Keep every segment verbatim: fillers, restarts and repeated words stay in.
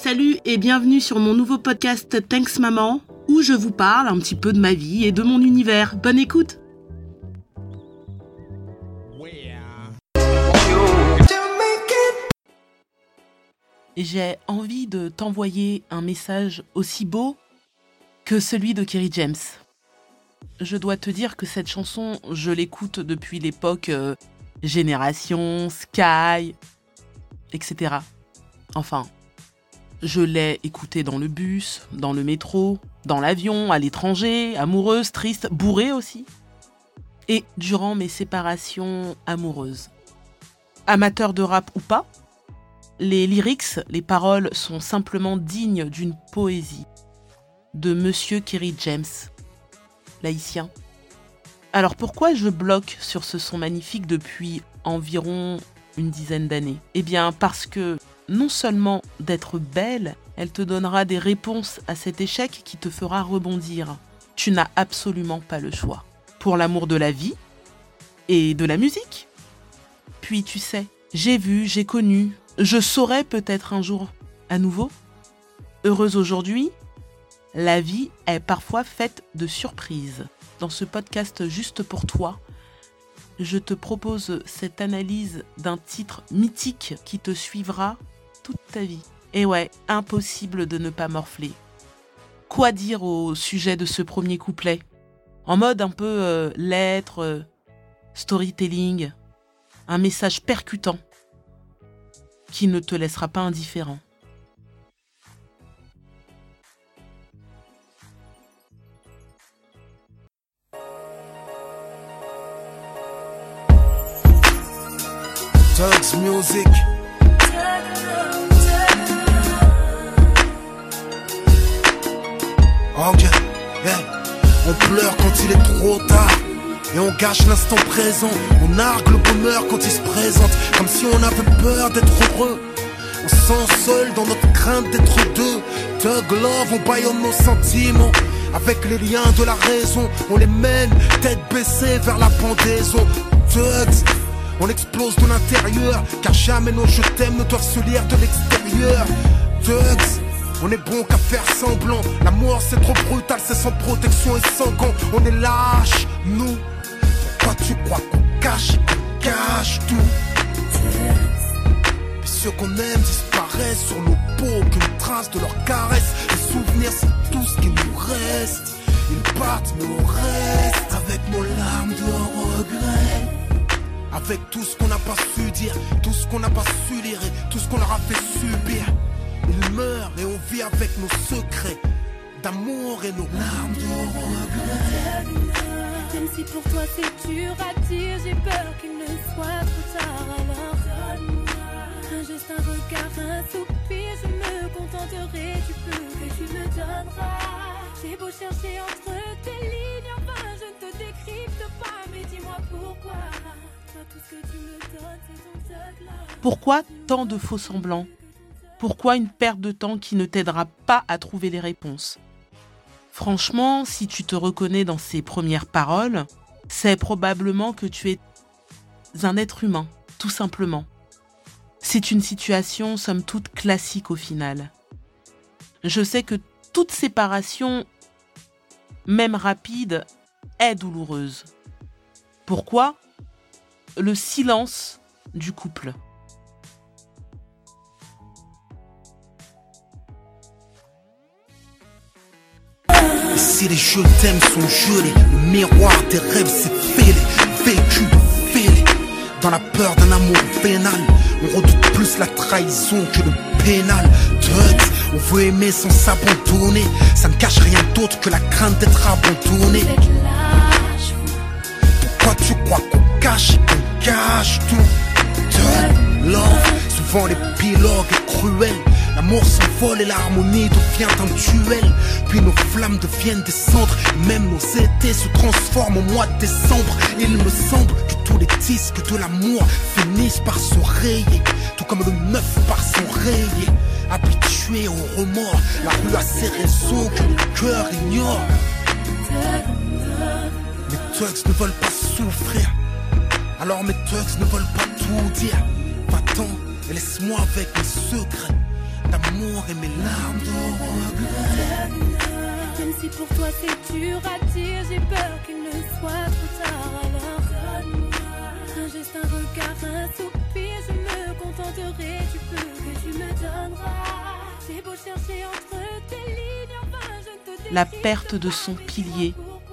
Salut et bienvenue sur mon nouveau podcast Thanks Maman, où je vous parle un petit peu de ma vie et de mon univers. Bonne écoute! J'ai envie de t'envoyer un message aussi beau que celui de Kerry James. Je dois te dire que cette chanson, je l'écoute depuis l'époque euh, Génération, Sky, et cetera. Enfin, je l'ai écoutée dans le bus, dans le métro, dans l'avion, à l'étranger, amoureuse, triste, bourrée aussi. Et durant mes séparations amoureuses. Amateur de rap ou pas, les lyrics, les paroles sont simplement dignes d'une poésie de Monsieur Kerry James, l'haïtien. Alors pourquoi je bloque sur ce son magnifique depuis environ une dizaine d'années ? Eh bien parce que non seulement d'être belle, elle te donnera des réponses à cet échec qui te fera rebondir. Tu n'as absolument pas le choix. Pour l'amour de la vie et de la musique. Puis tu sais, j'ai vu, j'ai connu, je saurai peut-être un jour à nouveau. Heureuse aujourd'hui, la vie est parfois faite de surprises. Dans ce podcast juste pour toi, je te propose cette analyse d'un titre mythique qui te suivra toute ta vie. Et ouais, impossible de ne pas morfler. Quoi dire au sujet de ce premier couplet ? En mode un peu euh, lettre, euh, storytelling, un message percutant qui ne te laissera pas indifférent. Thugs Music. Ok, yeah. On pleure quand il est trop tard et on gâche l'instant présent. On nargue le bonheur quand il se présente, comme si on avait peur d'être heureux. On se sent seul dans notre crainte d'être deux. Thug Love, on baillonne nos sentiments. Avec les liens de la raison, on les mène tête baissée vers la pendaison. Thugs, on explose de l'intérieur, car jamais nos je t'aime ne doivent se lire de l'extérieur. Thugs, on est bon qu'à faire semblant. L'amour c'est trop brutal, c'est sans protection et sans gants. On est lâche, nous. Pourquoi tu crois qu'on cache, qu'on cache tout? Puis ceux qu'on aime disparaissent sur nos peaux, qu'une trace de leur caresse. Les souvenirs c'est tout ce qui nous reste. Ils partent mais on reste avec nos larmes de regret. Avec tout ce qu'on n'a pas su dire, tout ce qu'on n'a pas su lire et tout ce qu'on leur a fait subir. Ils meurent et on vit avec nos secrets d'amour et nos larmes de regret. Même si pour toi c'est dur à dire, j'ai peur qu'il ne soit trop tard. Alors donne-moi un geste, un regard, un soupir. Je me contenterai du peu que tu me donneras. J'ai beau chercher entre tes lignes, enfin je ne te décrypte pas. Mais dis-moi pourquoi. Tout ce que tu me donnes, c'est ton thug love. Pourquoi tant de faux semblants ? Pourquoi une perte de temps qui ne t'aidera pas à trouver les réponses ? Franchement, si tu te reconnais dans ces premières paroles, c'est probablement que tu es un être humain, tout simplement. C'est une situation, somme toute, classique au final. Je sais que toute séparation, même rapide, est douloureuse. Pourquoi ? Le silence du couple. Et si les je t'aime sont gelés, le miroir des rêves s'est fêlé, vécu de fêlé. Dans la peur d'un amour vénal, on redoute plus la trahison que le pénal. Thugs, on veut aimer sans s'abandonner. Ça ne cache rien d'autre que la crainte d'être abandonné. Pourquoi tu crois qu'on cache, qu'on cache tout? Thug Love, souvent l'épilogue est cruel. L'amour s'envole et l'harmonie devient un duel. Puis nos flammes deviennent des cendres. Et même nos étés se transforment au mois de décembre. Il me semble que tous les disques de l'amour finissent par se rayer, tout comme le neuf par s'enrayer. Habitué au remords, la rue a ses raisons que le cœur ignore. Mes thugs ne veulent pas souffrir, alors mes thugs ne veulent pas tout dire. Va-t'en et laisse-moi avec mes secrets. d'amour et mes larmes de regret. Même si pour toi c'est dur à dire, j'ai peur qu'il ne soit trop tard. Alors donne-moi un geste, un regard, un soupir. Je me contenterai du peu que tu me donneras. J'ai beau chercher entre tes lignes, enfin je ne te décris La perte de son pilier.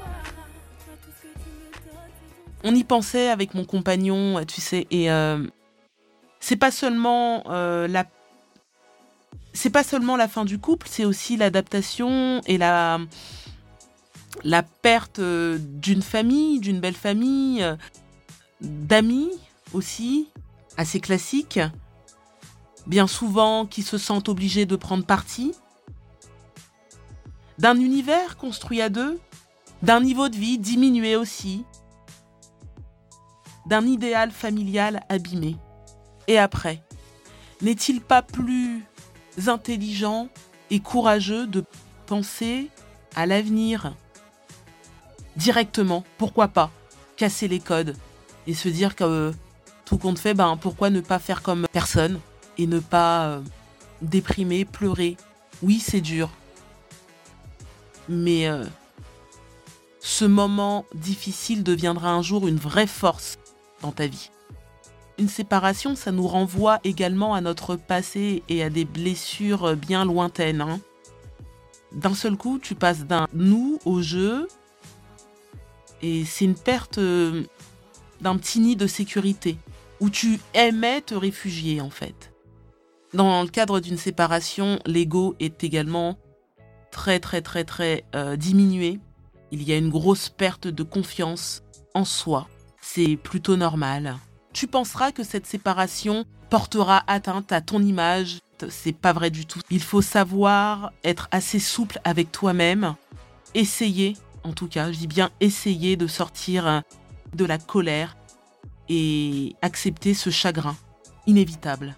On y pensait avec mon compagnon, tu sais, et euh, c'est pas seulement euh, la, c'est pas seulement la fin du couple, c'est aussi l'adaptation et la, la perte d'une famille, d'une belle famille, euh, d'amis aussi, assez classiques, bien souvent qui se sentent obligés de prendre parti, d'un univers construit à deux, d'un niveau de vie diminué aussi, d'un idéal familial abîmé. Et après, n'est-il pas plus intelligent et courageux de penser à l'avenir directement, pourquoi pas, casser les codes et se dire que euh, tout compte fait, ben, pourquoi ne pas faire comme personne et ne pas euh, déprimer, pleurer. Oui, c'est dur. Mais euh, ce moment difficile deviendra un jour une vraie force dans ta vie. Une séparation, ça nous renvoie également à notre passé et à des blessures bien lointaines. Hein. D'un seul coup, tu passes d'un nous au jeu et c'est une perte euh, d'un petit nid de sécurité où tu aimais te réfugier en fait. Dans le cadre d'une séparation, l'ego est également très très très très euh, diminué. Il y a une grosse perte de confiance en soi. C'est plutôt normal. Tu penseras que cette séparation portera atteinte à ton image. C'est pas vrai du tout. Il faut savoir être assez souple avec toi-même. Essayer, en tout cas, je dis bien essayer de sortir de la colère et accepter ce chagrin inévitable.